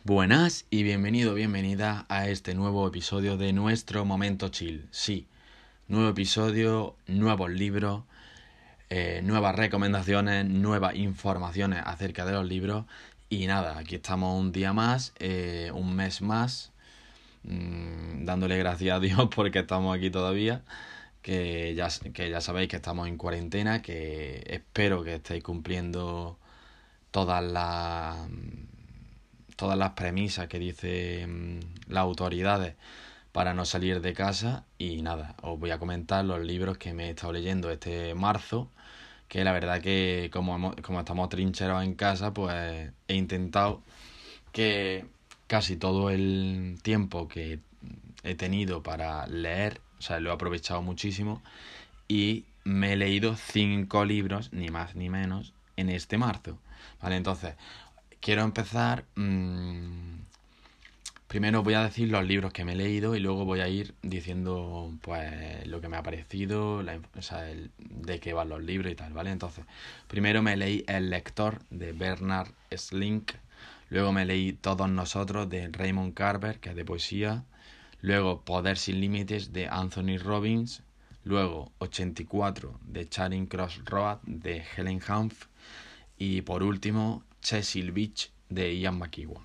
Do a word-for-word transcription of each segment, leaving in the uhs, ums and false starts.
Buenas y bienvenido, bienvenida a este nuevo episodio de nuestro Momento Chill. Sí, nuevo episodio, nuevos libros, eh, nuevas recomendaciones, nuevas informaciones acerca de los libros. Y nada, aquí estamos un día más, eh, un mes más, mmm, dándole gracias a Dios porque estamos aquí todavía. Que ya, que ya sabéis que estamos en cuarentena, que espero que estéis cumpliendo todas las todas las premisas que dicen las autoridades para no salir de casa. Y nada, os voy a comentar los libros que me he estado leyendo este marzo, que la verdad que como, hemos, como estamos trincheros en casa, pues he intentado que casi todo el tiempo que he tenido para leer, o sea, lo he aprovechado muchísimo y me he leído cinco libros, ni más ni menos, en este marzo. Vale, entonces, quiero empezar... Mmm, primero voy a decir los libros que me he leído y luego voy a ir diciendo pues lo que me ha parecido, la, o sea, el, de qué van los libros y tal, ¿vale? Entonces, primero me leí El lector de Bernard Slink, luego me leí Todos nosotros de Raymond Carver, que es de poesía, luego Poder sin límites de Anthony Robbins, luego ochenta y cuatro de Charing Cross Road de Helen Humph y por último Cecil Beach de Ian McEwan.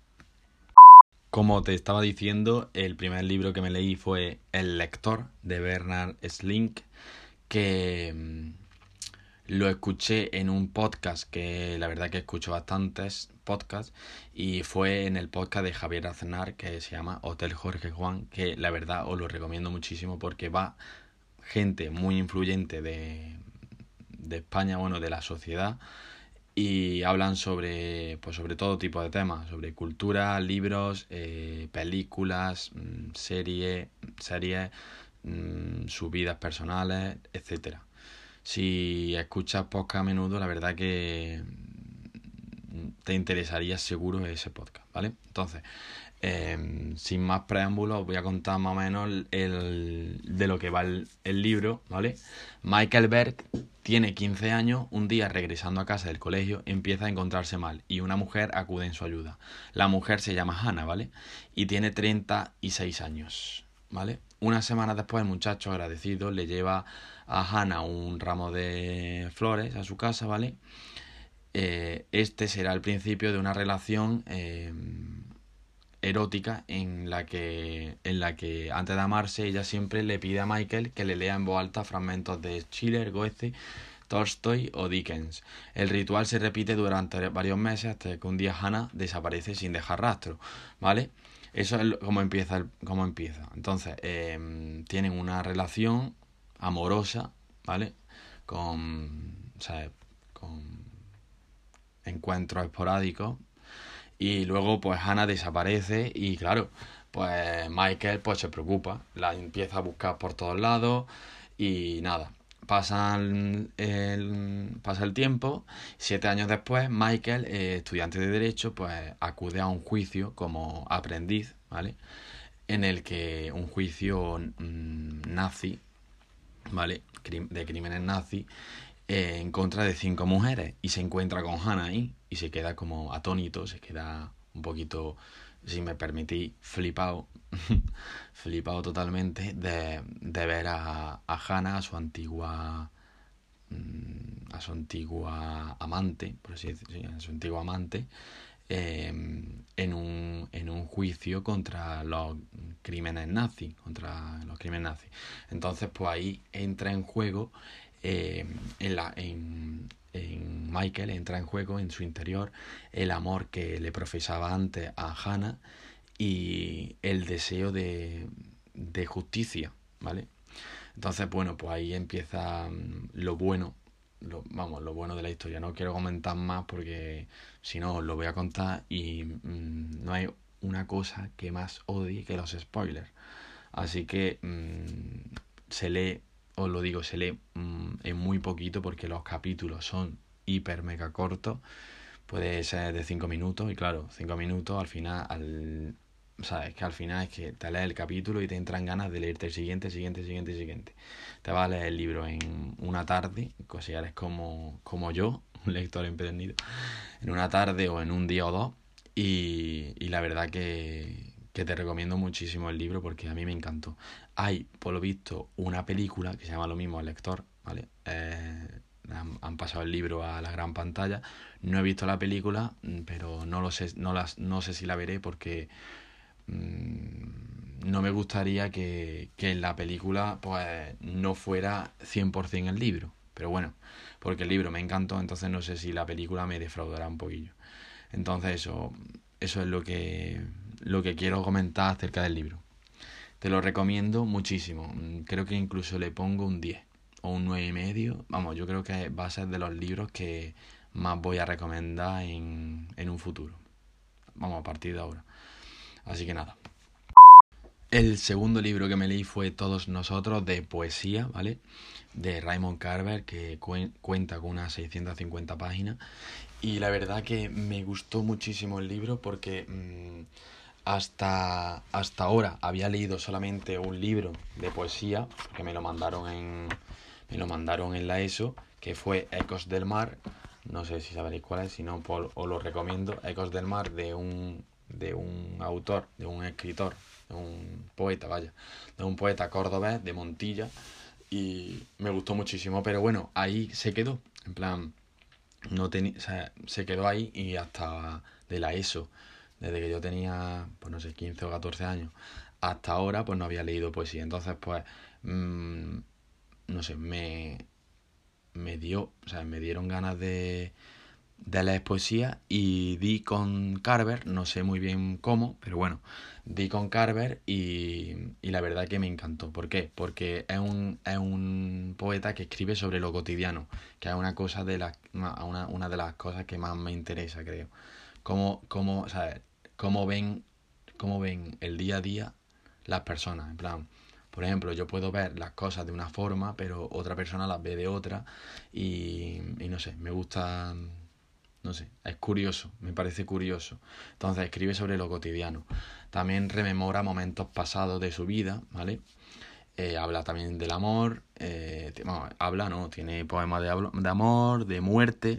Como te estaba diciendo, el primer libro que me leí fue El lector de Bernard Slink, que mmm, lo escuché en un podcast, que la verdad que escucho bastantes podcasts, y fue en el podcast de Javier Aznar, que se llama Hotel Jorge Juan, que la verdad os lo recomiendo muchísimo porque va gente muy influyente de, de España, bueno, de la sociedad, y hablan sobre pues sobre todo tipo de temas, sobre cultura, libros, eh, películas, series, series, mmm, sus vidas personales, etcétera. Si escuchas podcast a menudo, la verdad que te interesaría seguro ese podcast, ¿vale? Entonces, eh, sin más preámbulos, os voy a contar más o menos el, el, de lo que va el, el libro, ¿vale? Michael Berg tiene quince años, un día regresando a casa del colegio empieza a encontrarse mal y una mujer acude en su ayuda. La mujer se llama Hannah, ¿vale? Y tiene treinta y seis años, ¿vale? Una semana después el muchacho agradecido le lleva a Hannah un ramo de flores a su casa, ¿vale? Eh, este será el principio de una relación eh, erótica en la que en la que antes de amarse ella siempre le pide a Michael que le lea en voz alta fragmentos de Schiller, Goethe, Tolstoy o Dickens. El ritual se repite durante varios meses hasta que un día Hannah desaparece sin dejar rastro, ¿vale? Eso es como empieza, el, como empieza. Entonces, eh, tienen una relación amorosa, ¿vale? Con, o sea, con encuentros esporádicos. Y luego pues Hannah desaparece y claro, pues Michael pues se preocupa, la empieza a buscar por todos lados y nada. Pasa el, el, pasa el tiempo, siete años después Michael, eh, estudiante de Derecho, pues acude a un juicio como aprendiz, ¿vale? En el que un juicio mmm, nazi, ¿vale? De crímenes nazis, eh, en contra de cinco mujeres y se encuentra con Hannah ahí y se queda como atónito, se queda un poquito, si me permitís, flipado, flipado totalmente de, de ver a, a Hannah, a su antigua a su antigua amante, por así decirlo, a su antigua amante, eh, en un en un juicio contra los crímenes nazis, contra los crímenes nazis. Entonces, pues ahí entra en juego eh, en la en, en Michael entra en juego en su interior el amor que le profesaba antes a Hannah y el deseo de, de justicia, ¿vale? Entonces, bueno, pues ahí empieza lo bueno, lo, vamos, lo bueno de la historia. No quiero comentar más porque si no os lo voy a contar y mmm, no hay una cosa que más odie que los spoilers. Así que mmm, se lee, os lo digo, se lee mmm, en muy poquito porque los capítulos son hiper mega cortos. Puede ser de cinco minutos y claro, cinco minutos al final, al, o sea, es que al final es que te lees el capítulo y te entran ganas de leerte el siguiente, siguiente, siguiente, siguiente. Te vas a leer el libro en una tarde, si eres como, como yo, un lector empedernido, en una tarde o en un día o dos. Y, y la verdad que, que te recomiendo muchísimo el libro porque a mí me encantó. Hay, por lo visto, una película que se llama lo mismo El Lector, ¿vale? Eh, han, han pasado el libro a la gran pantalla. No he visto la película, pero no lo sé, no las, no sé si la veré porque mmm, no me gustaría que, que en la película pues no fuera cien por ciento el libro. Pero bueno, porque el libro me encantó, entonces no sé si la película me defraudará un poquillo. Entonces eso, eso es lo que, lo que quiero comentar acerca del libro. Te lo recomiendo muchísimo. Creo que incluso le pongo un diez o un nueve y medio. Vamos, yo creo que va a ser de los libros que más voy a recomendar en, en un futuro. Vamos, a partir de ahora. Así que nada. El segundo libro que me leí fue Todos Nosotros, de poesía, ¿vale? De Raymond Carver, que cu- cuenta con unas seiscientas cincuenta páginas. Y la verdad que me gustó muchísimo el libro porque mmm, hasta, hasta ahora había leído solamente un libro de poesía, que me lo mandaron en, me lo mandaron en la ESO, que fue Ecos del Mar. No sé si sabréis cuál es, si no, pues os lo recomiendo. Ecos del Mar, de un, de un autor, de un escritor, de un poeta, vaya, de un poeta cordobés, de Montilla. Y me gustó muchísimo, pero bueno, ahí se quedó. En plan, no tenía, o sea, se quedó ahí y hasta de la ESO, desde que yo tenía, pues no sé, quince o catorce años, hasta ahora, pues no había leído poesía. Entonces, pues, mmm, no sé, me, me dio, o sea, me dieron ganas de, de leer poesía y di con Carver, no sé muy bien cómo, pero bueno, di con Carver y, y la verdad que me encantó. ¿Por qué? Porque es un, es un poeta que escribe sobre lo cotidiano, que es una cosa de las, una, una de las cosas que más me interesa, creo. Cómo, cómo, o sea, cómo ven, cómo ven el día a día las personas, en plan, por ejemplo, yo puedo ver las cosas de una forma, pero otra persona las ve de otra y, y no sé, me gusta, no sé, es curioso, me parece curioso. Entonces escribe sobre lo cotidiano. También rememora momentos pasados de su vida, ¿vale? Eh, habla también del amor, eh, bueno, habla, ¿no? Tiene poemas de, de amor, de muerte,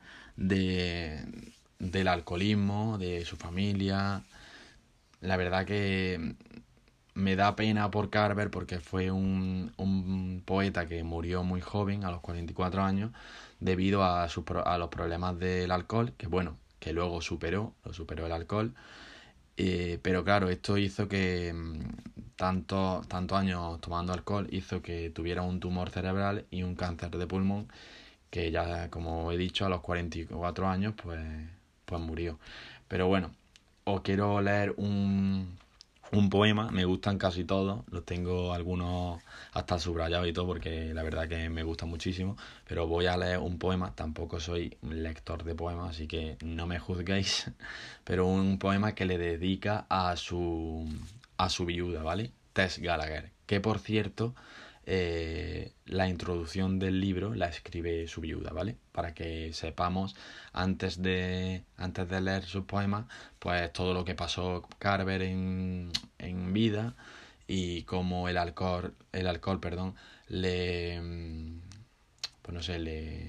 de, del alcoholismo, de su familia. La verdad que me da pena por Carver porque fue un, un poeta que murió muy joven, a los cuarenta y cuatro años, debido a, sus, a los problemas del alcohol, que bueno, que luego superó, lo superó el alcohol. Eh, pero claro, esto hizo que tantos tantos años tomando alcohol hizo que tuviera un tumor cerebral y un cáncer de pulmón, que ya, como he dicho, a los cuarenta y cuatro años pues, pues murió. Pero bueno, os quiero leer un, un poema, me gustan casi todos, los tengo algunos hasta subrayados y todo porque la verdad que me gusta muchísimo, pero voy a leer un poema, tampoco soy un lector de poemas, así que no me juzguéis, pero un poema que le dedica a su, a su viuda, ¿vale? Tess Gallagher, que por cierto, eh, la introducción del libro la escribe su viuda, ¿vale? Para que sepamos antes de, antes de leer sus poemas, pues todo lo que pasó Carver en, en vida y cómo el alcohol, el alcohol, perdón, le, pues no sé, le,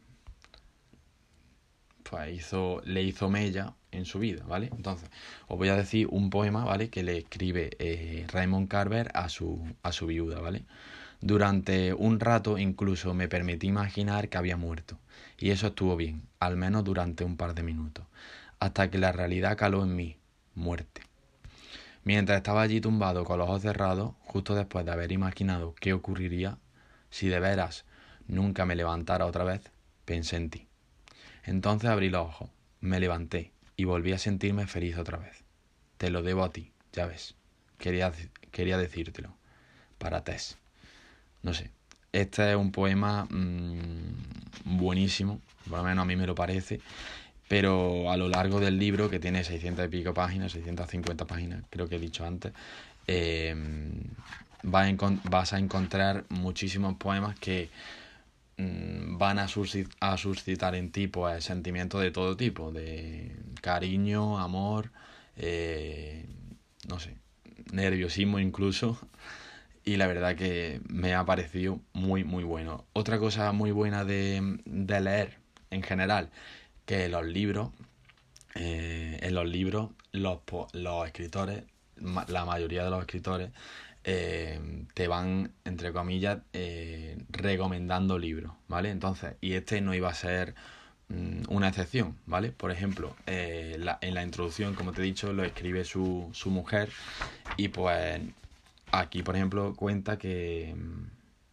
pues hizo, le hizo mella en su vida, ¿vale? Entonces, os voy a decir un poema, ¿vale? Que le escribe eh, Raymond Carver a su, a su viuda, ¿vale? Durante un rato incluso me permití imaginar que había muerto, y eso estuvo bien, al menos durante un par de minutos, hasta que la realidad caló en mí, muerte. Mientras estaba allí tumbado con los ojos cerrados, justo después de haber imaginado qué ocurriría si de veras nunca me levantara otra vez, pensé en ti. Entonces abrí los ojos, me levanté y volví a sentirme feliz otra vez. Te lo debo a ti, ya ves. Quería, quería decírtelo. Para Tess. No sé. Este es un poema mmm, buenísimo, por lo menos a mí me lo parece, pero a lo largo del libro, que tiene seiscientas y pico páginas, seiscientas cincuenta páginas, creo que he dicho antes, eh, vas, a vas a encontrar muchísimos poemas que van a, suscit- a suscitar en ti pues sentimientos de todo tipo, de cariño, amor, eh, no sé, nerviosismo incluso, y la verdad que me ha parecido muy muy bueno. Otra cosa muy buena de, de leer en general, que los libros eh, en los libros los, los escritores, la mayoría de los escritores, eh, te van, entre comillas, eh, recomendando libros, ¿vale? Entonces, y este no iba a ser mm, una excepción, ¿vale? Por ejemplo, eh, la, en la introducción, como te he dicho, lo escribe su, su mujer y pues aquí, por ejemplo, cuenta que mm,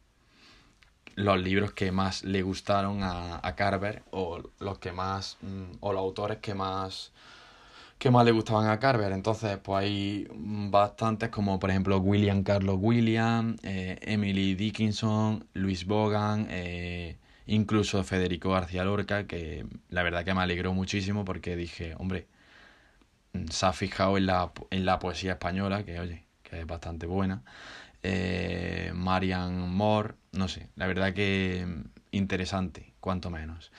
los libros que más le gustaron a, a Carver o los que más mm, o los autores que más que más le gustaban a Carver. Entonces, pues hay bastantes como por ejemplo William Carlos Williams, eh, Emily Dickinson, Louise Bogan, eh, incluso Federico García Lorca, que la verdad que me alegró muchísimo porque dije, hombre, se ha fijado en la, en la poesía española, que oye, que es bastante buena. Eh, Marian Moore, no sé, la verdad que interesante, cuanto menos.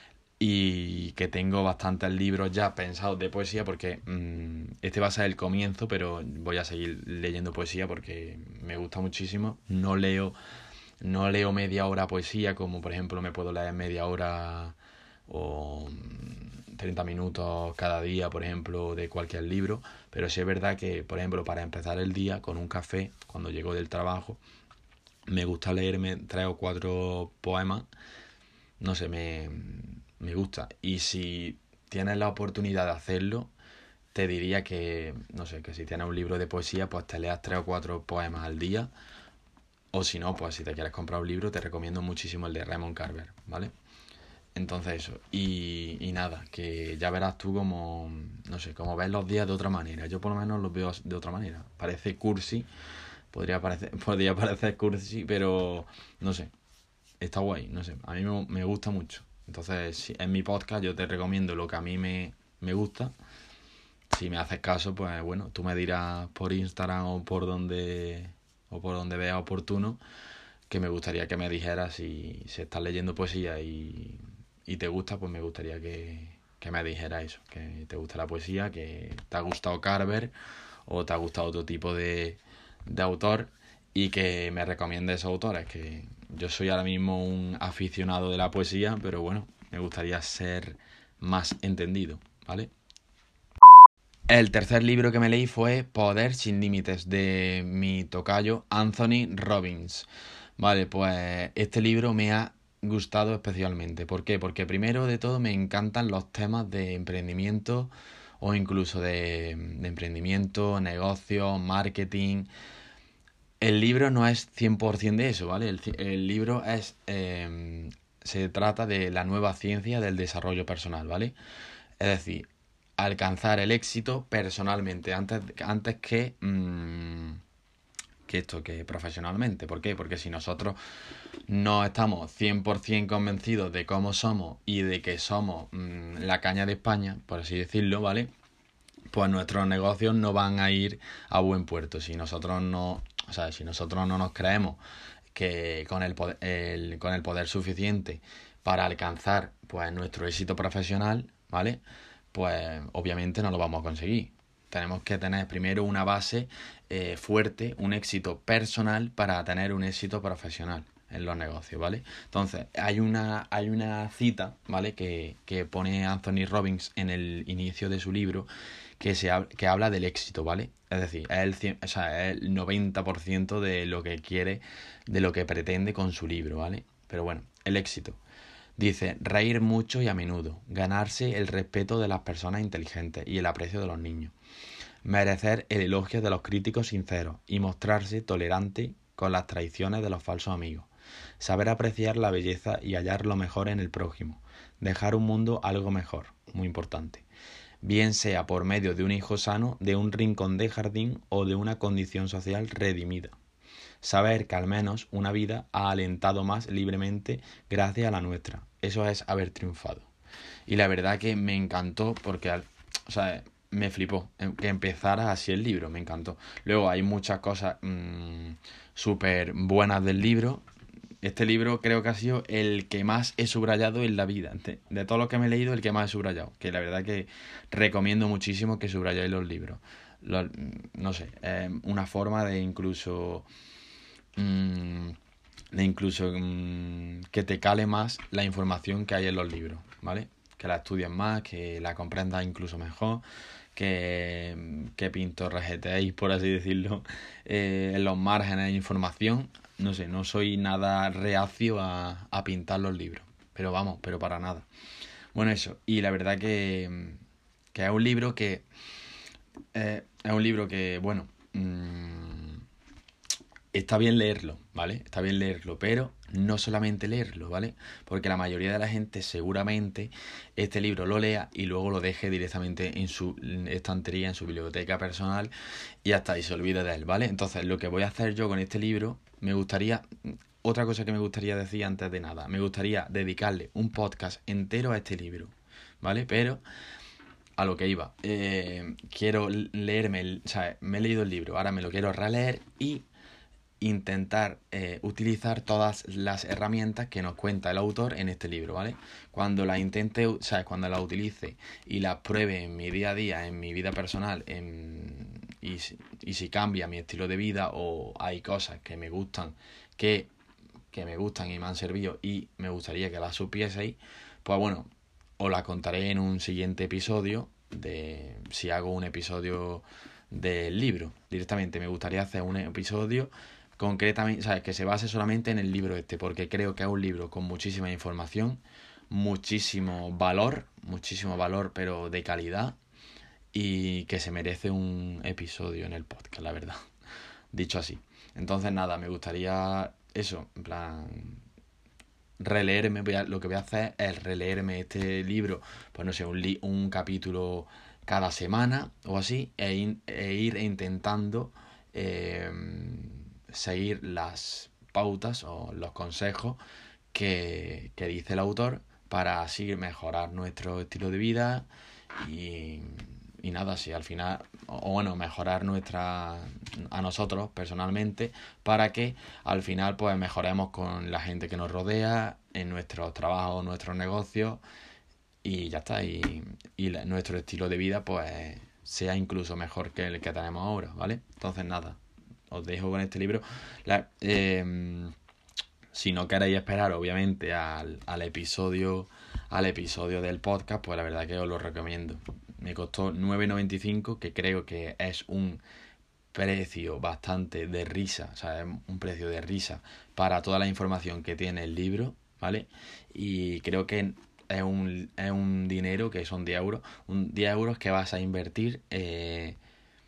Y que tengo bastantes libros ya pensados de poesía porque mmm, este va a ser el comienzo, pero voy a seguir leyendo poesía porque me gusta muchísimo. No leo, no leo media hora poesía, como por ejemplo me puedo leer media hora o treinta minutos cada día, por ejemplo, de cualquier libro, pero sí es verdad que, por ejemplo, para empezar el día con un café, cuando llego del trabajo, me gusta leerme tres o cuatro poemas, no sé, me, me gusta. Y si tienes la oportunidad de hacerlo, te diría que, no sé, que si tienes un libro de poesía, pues te leas tres o cuatro poemas al día, o si no, pues si te quieres comprar un libro, te recomiendo muchísimo el de Raymond Carver, ¿vale? Entonces eso, y, y nada, que ya verás tú como, no sé, como ves los días de otra manera. Yo por lo menos los veo de otra manera. Parece cursi, podría parecer, podría parecer cursi, pero no sé, está guay, no sé, a mí me, me gusta mucho. Entonces, si, en mi podcast yo te recomiendo lo que a mí me, me gusta. Si me haces caso, pues bueno, tú me dirás por Instagram o por donde, o por donde veas oportuno, que me gustaría que me dijeras si, si estás leyendo poesía y, y te gusta, pues me gustaría que, que me dijeras eso, que te gusta la poesía, que te ha gustado Carver o te ha gustado otro tipo de, de autor y que me recomiendes esos autores, que yo soy ahora mismo un aficionado de la poesía, pero bueno, me gustaría ser más entendido, ¿vale? El tercer libro que me leí fue Poder sin límites de mi tocayo Anthony Robbins. Vale, pues este libro me ha gustado especialmente. ¿Por qué? Porque primero de todo me encantan los temas de emprendimiento o incluso de, de emprendimiento, negocio, marketing. El libro no es cien por ciento de eso, ¿vale? El, el libro es... Eh, se trata de la nueva ciencia del desarrollo personal, ¿vale? Es decir, alcanzar el éxito personalmente antes, antes que, mmm, que esto, que profesionalmente. ¿Por qué? Porque si nosotros no estamos cien por ciento convencidos de cómo somos y de que somos mmm, la caña de España, por así decirlo, ¿vale? Pues nuestros negocios no van a ir a buen puerto. Si nosotros no, o sea, si nosotros no nos creemos que con el poder, el, con el poder suficiente para alcanzar pues nuestro éxito profesional, ¿vale? Pues obviamente no lo vamos a conseguir. Tenemos que tener primero una base eh, fuerte, un éxito personal para tener un éxito profesional en los negocios, ¿vale? Entonces, hay una, hay una cita, ¿vale? Que, que pone Anthony Robbins en el inicio de su libro que, se, que habla del éxito, ¿vale? Es decir, es el, cien, o sea, es el noventa por ciento de lo que quiere, de lo que pretende con su libro, ¿vale? Pero bueno, el éxito. Dice, reír mucho y a menudo, ganarse el respeto de las personas inteligentes y el aprecio de los niños, merecer el elogio de los críticos sinceros y mostrarse tolerante con las traiciones de los falsos amigos, saber apreciar la belleza y hallar lo mejor en el prójimo, dejar un mundo algo mejor, muy importante, bien sea por medio de un hijo sano, de un rincón de jardín o de una condición social redimida. Saber que al menos una vida ha alentado más libremente gracias a la nuestra. Eso es haber triunfado. Y la verdad que me encantó porque, o sea, me flipó que empezara así el libro, me encantó. Luego hay muchas cosas mmm, súper buenas del libro. Este libro creo que ha sido el que más he subrayado en la vida. De, de todos los que me he leído, el que más he subrayado. Que la verdad que recomiendo muchísimo que subrayéis los libros. Los, no sé, eh, una forma de incluso... de incluso mmm, que te cale más la información que hay en los libros, ¿vale? que la estudies más, que la comprendas incluso mejor, que, que pintorrejeteéis, por así decirlo, eh, en los márgenes de información. No sé, no soy nada reacio a, a pintar los libros, pero vamos, pero para nada. Bueno, eso, y la verdad que, que es un libro que, eh, es un libro que, bueno, mmm, está bien leerlo, ¿vale? Está bien leerlo, pero no solamente leerlo, ¿vale? Porque la mayoría de la gente seguramente este libro lo lea y luego lo deje directamente en su estantería, en su biblioteca personal y hasta ahí se olvide de él, ¿vale? Entonces, lo que voy a hacer yo con este libro, me gustaría... Otra cosa que me gustaría decir antes de nada, me gustaría dedicarle un podcast entero a este libro, ¿vale? Pero a lo que iba, eh, quiero leerme, el, o sea, me he leído el libro, ahora me lo quiero releer y intentar eh, utilizar todas las herramientas que nos cuenta el autor en este libro, ¿vale? Cuando las intente, o sea, cuando las utilice y las pruebe en mi día a día, en mi vida personal, en, y, y si cambia mi estilo de vida o hay cosas que me gustan, que, que me gustan y me han servido y me gustaría que las supieseis, pues bueno, os las contaré en un siguiente episodio de si hago un episodio del libro. Directamente me gustaría hacer un episodio concretamente, ¿sabes? Que se base solamente en el libro este, porque creo que es un libro con muchísima información, muchísimo valor, muchísimo valor, pero de calidad, y que se merece un episodio en el podcast, la verdad. Dicho así. Entonces, nada, me gustaría eso, en plan, releerme, voy a, lo que voy a hacer es releerme este libro, pues no sé, un, li, un capítulo cada semana o así, e, in, e ir intentando eh, seguir las pautas o los consejos que, que dice el autor para así mejorar nuestro estilo de vida y, y nada, así al final, o bueno, mejorar nuestra a nosotros personalmente para que al final pues mejoremos con la gente que nos rodea, en nuestros trabajos, nuestros negocios y ya está, y, y la, nuestro estilo de vida pues sea incluso mejor que el que tenemos ahora, ¿vale? Entonces nada, os dejo con este libro. La, eh, si no queréis esperar obviamente al, al episodio al episodio del podcast, pues la verdad que os lo recomiendo. Me costó nueve noventa y cinco, que creo que es un precio bastante de risa, o sea, es un precio de risa para toda la información que tiene el libro, ¿vale? Y creo que es un, es un dinero que son diez euros, un diez euros que vas a invertir eh,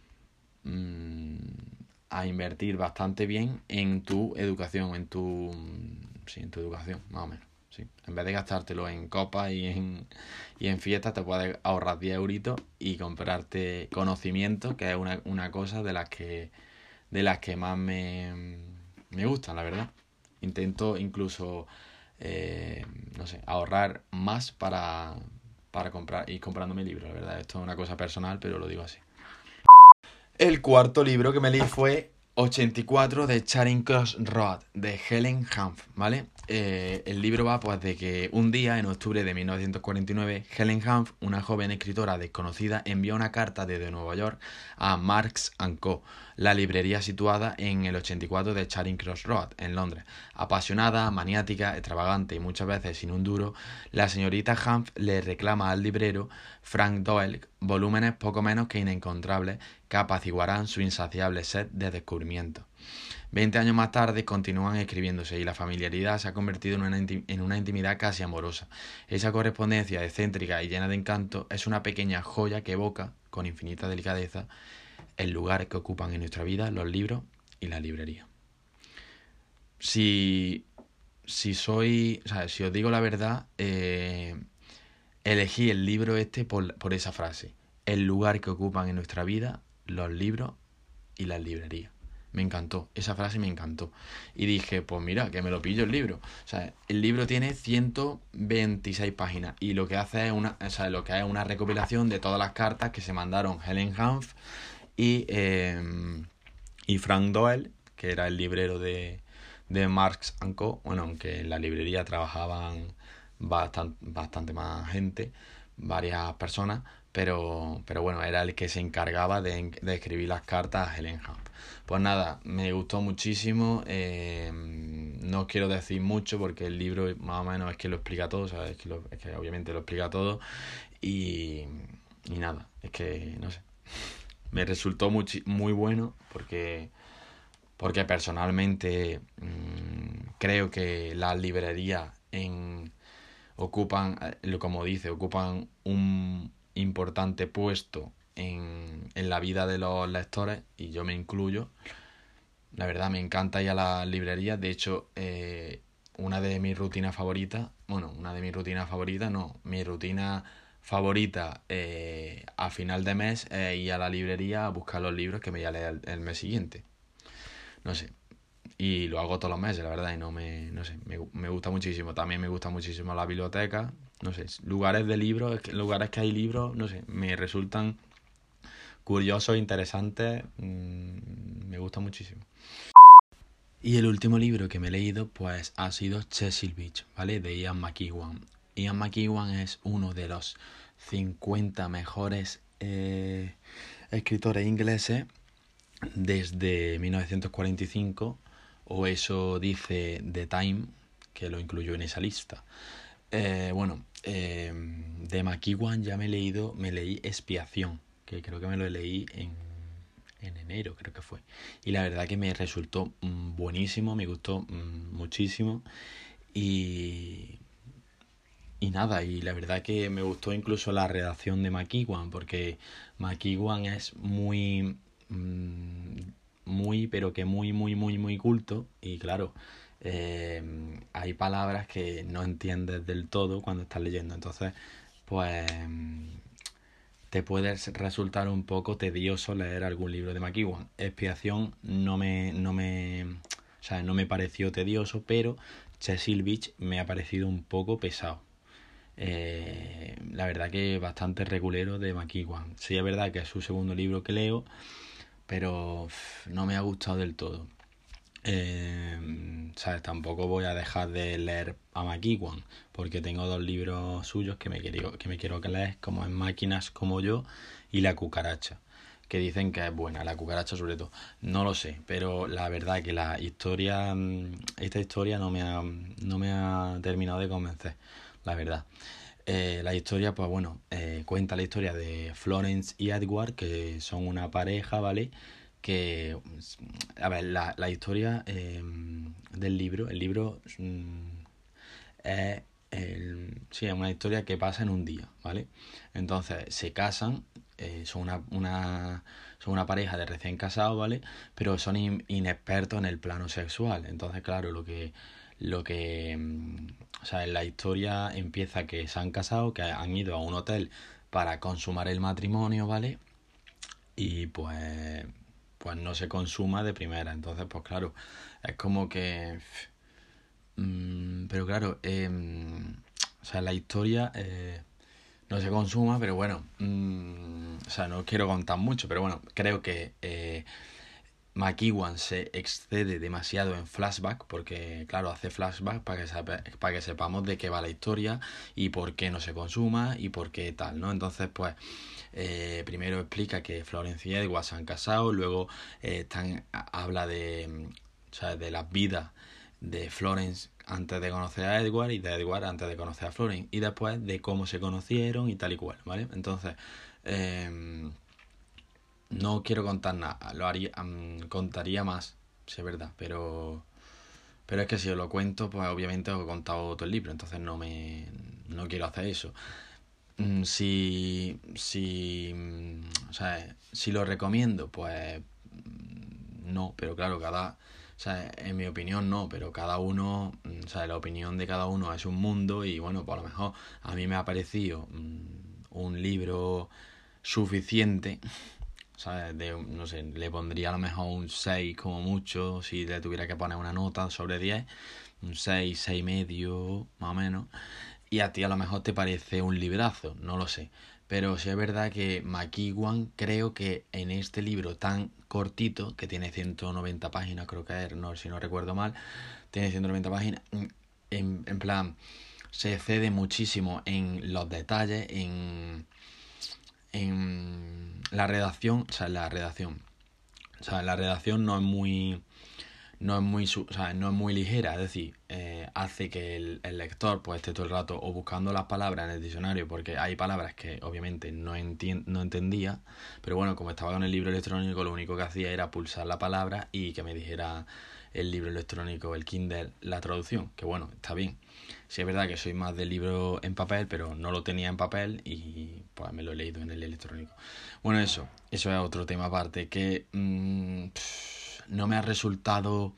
mmm, a invertir bastante bien en tu educación, en tu sí, en tu educación, más o menos. Sí. En vez de gastártelo en copas y en, y en fiestas, te puedes ahorrar diez euritos y comprarte conocimiento, que es una, una cosa de las que de las que más me, me gustan, la verdad. Intento incluso eh, no sé, ahorrar más para, para comprar ir comprándome libros, la verdad. Esto es una cosa personal, pero lo digo así. El cuarto libro que me leí fue ochenta y cuatro de Charing Cross Road, de Helen Hanff, ¿vale? Eh, el libro va pues de que un día, en octubre de mil novecientos cuarenta y nueve, Helen Hanff, una joven escritora desconocida, envió una carta desde Nueva York a Marks and Co., la librería situada en el ochenta y cuatro de Charing Cross Road, en Londres. Apasionada, maniática, extravagante y muchas veces sin un duro, la señorita Hanff le reclama al librero Frank Doyle volúmenes poco menos que inencontrables que apaciguarán su insaciable sed de descubrimiento. Veinte años más tarde continúan escribiéndose y la familiaridad se ha convertido en una, en una intimidad casi amorosa. Esa correspondencia excéntrica y llena de encanto es una pequeña joya que evoca, con infinita delicadeza, el lugar que ocupan en nuestra vida los libros y la librería. Si, si soy, o sea, si os digo la verdad, eh, elegí el libro este por, por esa frase. El lugar que ocupan en nuestra vida los libros y las librerías. Me encantó, esa frase me encantó. Y dije, pues mira, que me lo pillo el libro. O sea, el libro tiene ciento veintiséis páginas y lo que hace es una, o sea, lo que es una recopilación de todas las cartas que se mandaron Helen Hanff y, eh, y Frank Doyle, que era el librero de, de Marks and Co. Bueno, aunque en la librería trabajaban bastante, bastante más gente, varias personas, pero, pero bueno, era el que se encargaba de, de escribir las cartas a Helen Hunt. Pues nada, me gustó muchísimo, eh, no quiero decir mucho porque el libro más o menos es que lo explica todo, ¿sabes? Es que, lo, es que obviamente lo explica todo y, y nada, es que no sé, me resultó muy, muy bueno porque, porque personalmente mmm, creo que las librerías en, ocupan, como dice, ocupan un importante puesto en, en la vida de los lectores y yo me incluyo. La verdad me encanta ir a las librerías, de hecho eh, una de mis rutinas favoritas, bueno, una de mis rutinas favoritas, no, mi rutina favorita eh, a final de mes es ir a la librería a buscar los libros que me voy a leer el, el mes siguiente. No sé, y lo hago todos los meses, la verdad, y no me, no sé, me, me gusta muchísimo. También me gusta muchísimo la biblioteca, no sé, lugares de libros, lugares que hay libros, no sé, me resultan curiosos, interesantes, mmm, me gusta muchísimo. Y el último libro que me he leído pues ha sido Cecil Beach, ¿vale? De Ian McEwan. Ian McEwan es uno de los cincuenta mejores eh, escritores ingleses desde mil novecientos cuarenta y cinco, o eso dice The Time, que lo incluyó en esa lista. Eh, bueno, eh, de McEwan ya me he leído, me leí Expiación, que creo que me lo leí en, en enero, creo que fue. Y la verdad que me resultó mmm, buenísimo, me gustó mmm, muchísimo. Y, y nada, y la verdad que me gustó incluso la redacción de McEwan, porque McEwan es muy... Mmm, muy, pero que muy, muy, muy, muy culto. Y claro, eh, hay palabras que no entiendes del todo cuando estás leyendo. Entonces, pues te puede resultar un poco tedioso leer algún libro de McEwan. Expiación no me, no me, o sea, no me pareció tedioso, pero Cecil Beach me ha parecido un poco pesado. Eh, la verdad que bastante regulero de McEwan. Sí, es verdad que es su segundo libro que leo, pero uff, no me ha gustado del todo. Eh, ¿sabes? Tampoco voy a dejar de leer a McEwan porque tengo dos libros suyos que me quiero que me quiero que leer, como en Máquinas como yo y La cucaracha, que dicen que es buena, La cucaracha sobre todo. No lo sé, pero la verdad que la historia, esta historia no me ha, no me ha terminado de convencer, la verdad. Eh, la historia, pues bueno, eh, cuenta la historia de Florence y Edward, que son una pareja, ¿vale? Que, a ver, la, la historia eh, del libro, el libro mm, es, el, sí, es una historia que pasa en un día, ¿vale? Entonces se casan, eh, son una, una son una pareja de recién casados, ¿vale? Pero son in, inexpertos en el plano sexual. Entonces, claro, lo que lo que mm, o sea, en la historia empieza que se han casado, que han ido a un hotel para consumar el matrimonio, ¿vale? Y pues pues no se consuma de primera. Entonces, pues claro, es como que... Mmm, pero claro, eh, o sea, la historia eh, no se consuma, pero bueno, mmm, o sea, no quiero contar mucho, pero bueno, creo que eh, McEwan se excede demasiado en flashback, porque claro, hace flashback para que, sepa, para que sepamos de qué va la historia y por qué no se consuma y por qué tal, ¿no? Entonces, pues, eh, primero explica que Florence y Edward se han casado, luego eh, están, habla de, o sea, de las vidas de Florence antes de conocer a Edward y de Edward antes de conocer a Florence y después de cómo se conocieron y tal y cual, ¿vale? Entonces, eh, no quiero contar nada, lo haría, um, contaría más, si es verdad, pero pero es que si os lo cuento, pues obviamente os he contado todo el libro, entonces no me no quiero hacer eso. Mm, si si o sea, si lo recomiendo, pues no, pero claro, cada, o sea, en mi opinión no, pero cada uno, o sea, la opinión de cada uno es un mundo y bueno, pues a lo mejor a mí me ha parecido um, un libro suficiente. ¿Sabes? De, no sé, le pondría a lo mejor un seis como mucho, si le tuviera que poner una nota sobre diez, un seis, seis y medio, más o menos. Y a ti a lo mejor te parece un librazo, no lo sé. Pero sí es verdad que McEwan, creo que en este libro tan cortito, que tiene ciento noventa páginas, creo que es, no, si no recuerdo mal, tiene ciento noventa páginas, en, en plan, se excede muchísimo en los detalles, en en la redacción, o sea, la redacción, o sea, la redacción no es muy, no es muy, o sea, no es muy ligera, es decir, eh, hace que el, el lector pues esté todo el rato o buscando las palabras en el diccionario, porque hay palabras que obviamente no, entien, no entendía, pero bueno, como estaba con el libro electrónico, lo único que hacía era pulsar la palabra y que me dijera el libro electrónico, el Kindle, la traducción, que bueno, está bien. Sí es verdad que soy más del libro en papel, pero no lo tenía en papel y pues me lo he leído en el electrónico. Bueno, eso, eso es otro tema aparte, que mmm, pff, no me ha resultado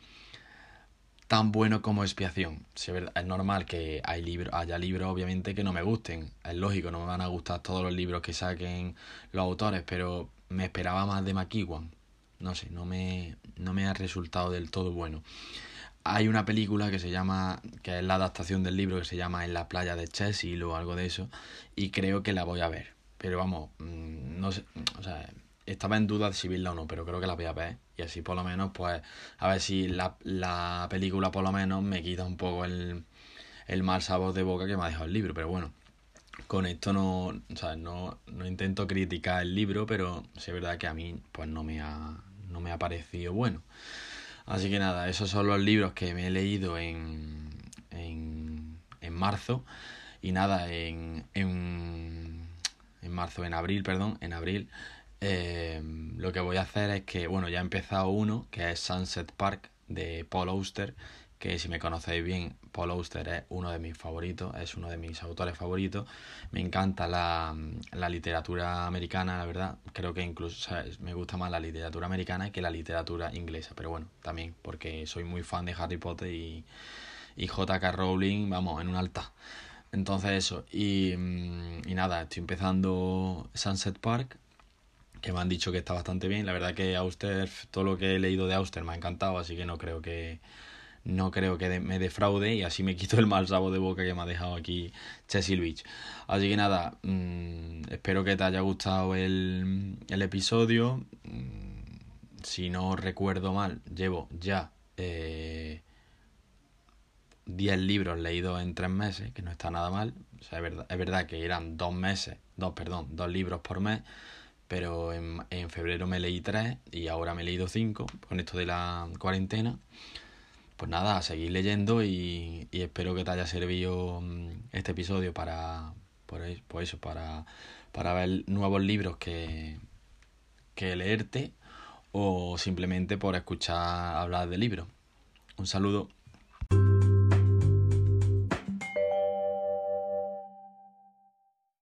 tan bueno como Expiación. Sí, es verdad, es normal que hay libros, haya libros obviamente que no me gusten, es lógico, no me van a gustar todos los libros que saquen los autores, pero me esperaba más de McEwan. No sé, no me, no me ha resultado del todo bueno. Hay una película que se llama, que es la adaptación del libro, que se llama En la playa de Chesil o algo de eso, y creo que la voy a ver. Pero vamos, no sé, o sea, estaba en duda de si verla o no, pero creo que la voy a ver. Y así por lo menos, pues, a ver si la, la película por lo menos me quita un poco el, el mal sabor de boca que me ha dejado el libro. Pero bueno, con esto no, o sea, no, no intento criticar el libro, pero sí es verdad que a mí, pues, no me ha, no me ha parecido bueno. Así que nada, esos son los libros que me he leído en, en, en marzo. Y nada, en, en, en marzo, en abril, perdón, en abril, eh, lo que voy a hacer es que, bueno, ya he empezado uno, que es Sunset Park, de Paul Auster, que si me conocéis bien, Paul Auster es uno de mis favoritos, es uno de mis autores favoritos. Me encanta la, la literatura americana, la verdad. Creo que incluso, ¿sabes?, me gusta más la literatura americana que la literatura inglesa, pero bueno, también porque soy muy fan de Harry Potter y, y J K. Rowling, vamos, en un altar. Entonces eso, y, y nada, estoy empezando Sunset Park, que me han dicho que está bastante bien. La verdad que Auster, todo lo que he leído de Auster me ha encantado, así que no creo que no creo que de, me defraude y así me quito el mal sabor de boca que me ha dejado aquí Cecil Beach. Así que nada, mmm, espero que te haya gustado el, el episodio. Mm, si no recuerdo mal, llevo ya eh, diez libros leídos en tres meses, que no está nada mal. O sea, es verdad, es verdad que eran dos meses, dos, perdón, dos libros por mes, pero en, en febrero me leí tres y ahora me he leído cinco con esto de la cuarentena. Pues nada, a seguir leyendo y, y espero que te haya servido este episodio para, por eso, pues eso, para, para ver nuevos libros que, que leerte o simplemente por escuchar hablar de libros. Un saludo.